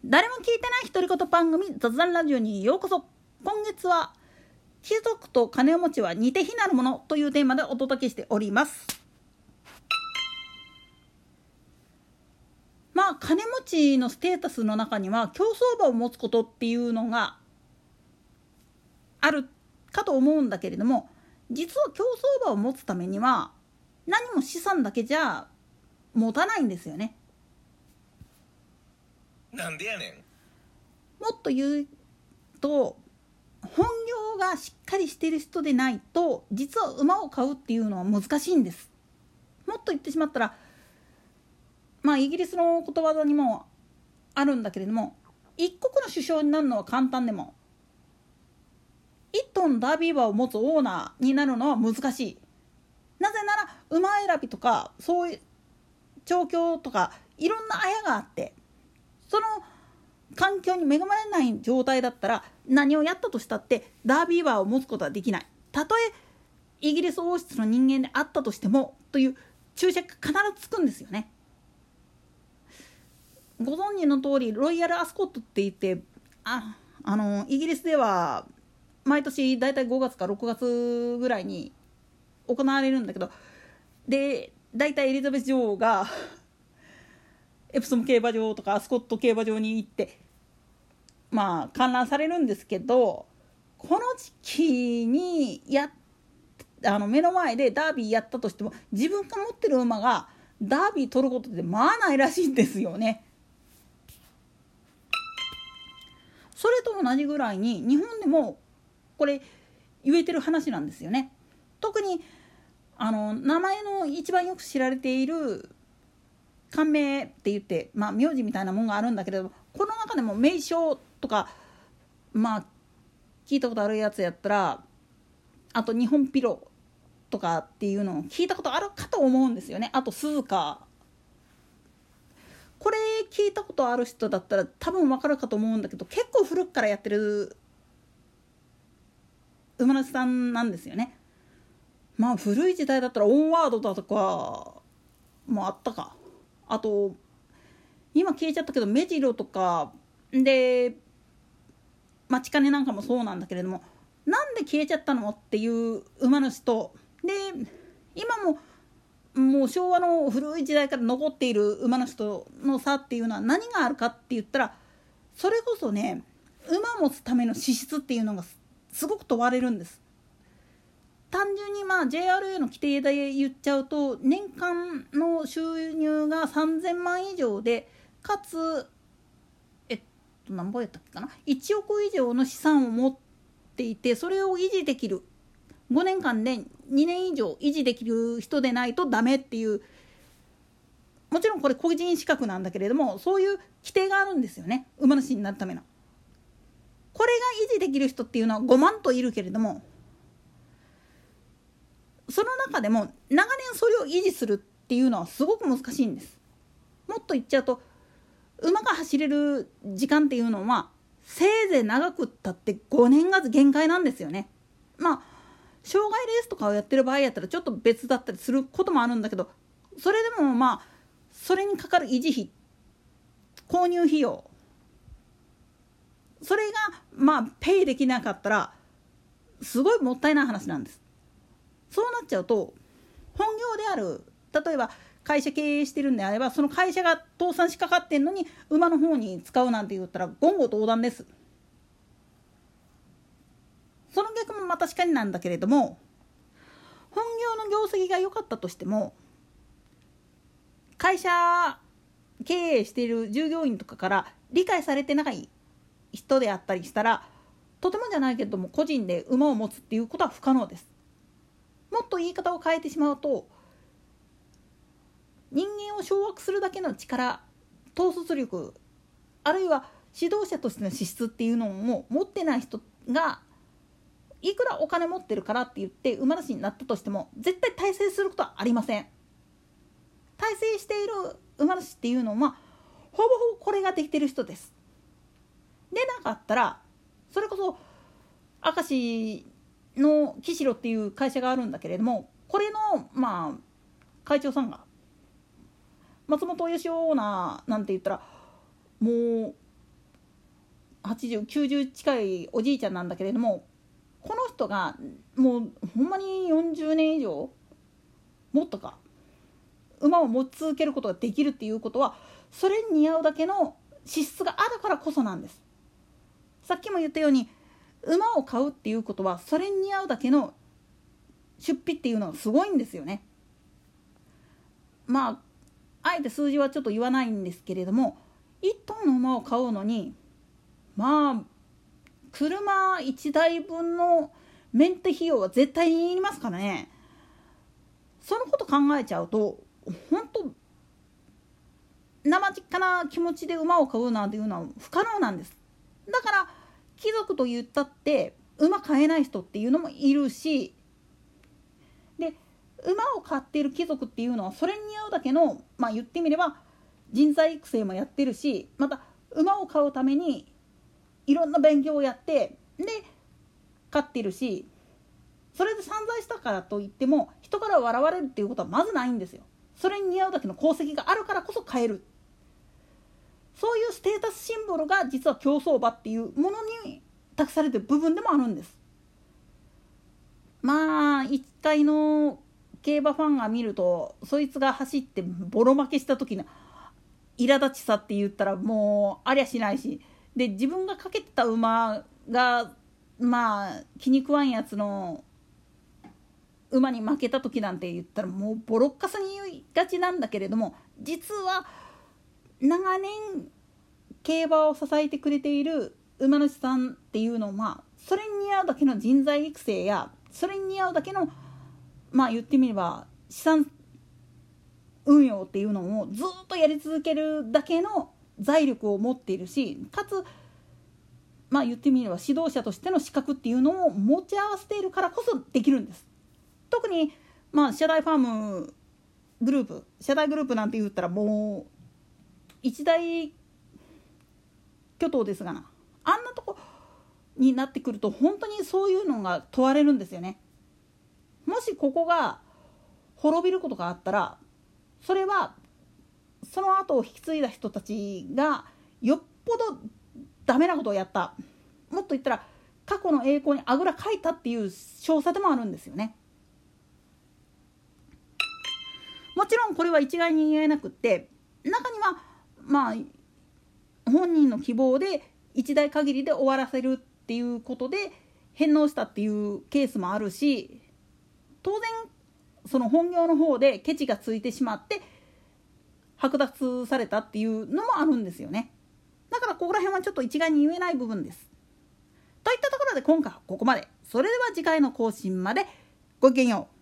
誰も聞いてない独り言番組雑談ラジオにようこそ。今月は貴族と金持ちは似て非なるものというテーマでお届けしております。金持ちのステータスの中には競走馬を持つことっていうのがあるかと思うんだけれども、実は競走馬を持つためには何も資産だけじゃ持たないんですよね。 なんでやねん。 もっと言うと、本業がしっかりしている人でないと実は馬を買うっていうのは難しいんです。もっと言ってしまったら、イギリスのことわざにもあるんだけれども、一国の首相になるのは簡単でも一頭のダービー馬を持つオーナーになるのは難しい。なぜなら馬選びとかそういう調教とかいろんなあやがあって、その環境に恵まれない状態だったら何をやったとしたってダービー馬を持つことはできない。たとえイギリス王室の人間であったとしてもという注釈が必ずつくんですよね。ご存知の通りロイヤルアスコットって言ってイギリスでは毎年だいたい5月か6月ぐらいに行われるんだけど、でだいたいエリザベス女王がエプソム競馬場とかアスコット競馬場に行って観覧されるんですけど、この時期に目の前でダービーやったとしても自分が持ってる馬がダービー取ることでないらしいんですよね。それと同じぐらいに日本でもこれ言えてる話なんですよね。特に名前の一番よく知られている官名って言って、名字みたいなもんがあるんだけれども、この中でも名称とか聞いたことあるやつやったら、あと日本ピロとかっていうのを聞いたことあるかと思うんですよね。あと鈴鹿、これ聞いたことある人だったら多分分かるかと思うんだけど、結構古くからやってる馬主さんなんですよね。古い時代だったらオンワードだとかもあったか、あと今消えちゃったけどメジロとかでマチカネなんかもそうなんだけれども、なんで消えちゃったのっていう馬主と、で今もう昭和の古い時代から残っている馬主との差っていうのは何があるかって言ったら、それこそね、馬持つための資質っていうのがすごく問われるんです。単純にJRA の規定で言っちゃうと、年間の収入が3000万以上で、かつ何本やったっけかな、1億以上の資産を持っていて、それを維持できる、5年間で2年以上維持できる人でないとダメっていう、もちろんこれ個人資格なんだけれども、そういう規定があるんですよね、馬主になるための。これが維持できる人っていうのは5万といるけれども、その中でも長年それを維持するっていうのはすごく難しいんです。もっと言っちゃうと、馬が走れる時間っていうのはせいぜい長くったって5年が限界なんですよね。障害レースとかをやってる場合やったらちょっと別だったりすることもあるんだけど、それでもそれにかかる維持費、購入費用、それがペイできなかったらすごいもったいない話なんです。そうなっちゃうと、本業である、例えば会社経営してるんであれば、その会社が倒産しかかってんのに馬の方に使うなんて言ったら言語道断です。その逆も確かになんだけれども、本業の業績が良かったとしても、会社経営している従業員とかから理解されてない人であったりしたら、とてもじゃないけれども個人で馬を持つっていうことは不可能です。もっと言い方を変えてしまうと、人間を掌握するだけの力、統率力、あるいは指導者としての資質っていうのを持ってない人がいくらお金持ってるからって言って馬主になったとしても絶対大成することはありません。大成している馬主っていうのはほぼほぼこれができてる人です。でなかったら、それこそ明石のキシロっていう会社があるんだけれども、これの会長さんが松本義雄オーナーなんて言ったら、もう 80、90近いおじいちゃんなんだけれども、この人がもうほんまに40年以上もっとか馬を持ち続けることができるっていうことは、それに似合うだけの資質があるからこそなんです。さっきも言ったように、馬を買うっていうことはそれに似合うだけの出費っていうのがすごいんですよね。あえて数字はちょっと言わないんですけれども、1頭の馬を買うのに車1台分のメンテ費用は絶対にいりますからね。そのこと考えちゃうと本当生実家な気持ちで馬を買うなんていうのは不可能なんです。だから貴族と言ったって馬買えない人っていうのもいるし、で馬を飼っている貴族っていうのはそれに似合うだけの、言ってみれば人材育成もやってるし、また馬を飼うためにいろんな勉強をやってで飼ってるし、それで散財したからといっても人から笑われるっていうことはまずないんですよ。それに似合うだけの功績があるからこそ飼える。そういうステータスシンボルが実は競走馬っていうものに託されてる部分でもあるんです。一回の競馬ファンが見ると、そいつが走ってボロ負けした時の苛立ちさって言ったらもうありゃしないし、で自分がかけてた馬が気に食わんやつの馬に負けた時なんて言ったらもうボロッカスに言いがちなんだけれども、実は長年競馬を支えてくれている馬主さんっていうのは、それに似合うだけの人材育成やそれに似合うだけの言ってみれば資産運用っていうのをずっとやり続けるだけの財力を持っているし、かつ言ってみれば指導者としての資格っていうのを持ち合わせているからこそできるんです。特に社大ファームグループ、社大グループなんて言ったらもう一大巨頭ですがな、あんなとこになってくると本当にそういうのが問われるんですよね。もしここが滅びることがあったら、それはその後を引き継いだ人たちがよっぽどダメなことをやった、もっと言ったら過去の栄光にあぐらかいたっていう証左でもあるんですよね。もちろんこれは一概に言えなくって、中には本人の希望で一代限りで終わらせるっていうことで返納したっていうケースもあるし、当然その本業の方でケチがついてしまって剥奪されたっていうのもあるんですよね。だからここら辺はちょっと一概に言えない部分です。といったところで今回はここまで。それでは次回の更新までごきげんよう。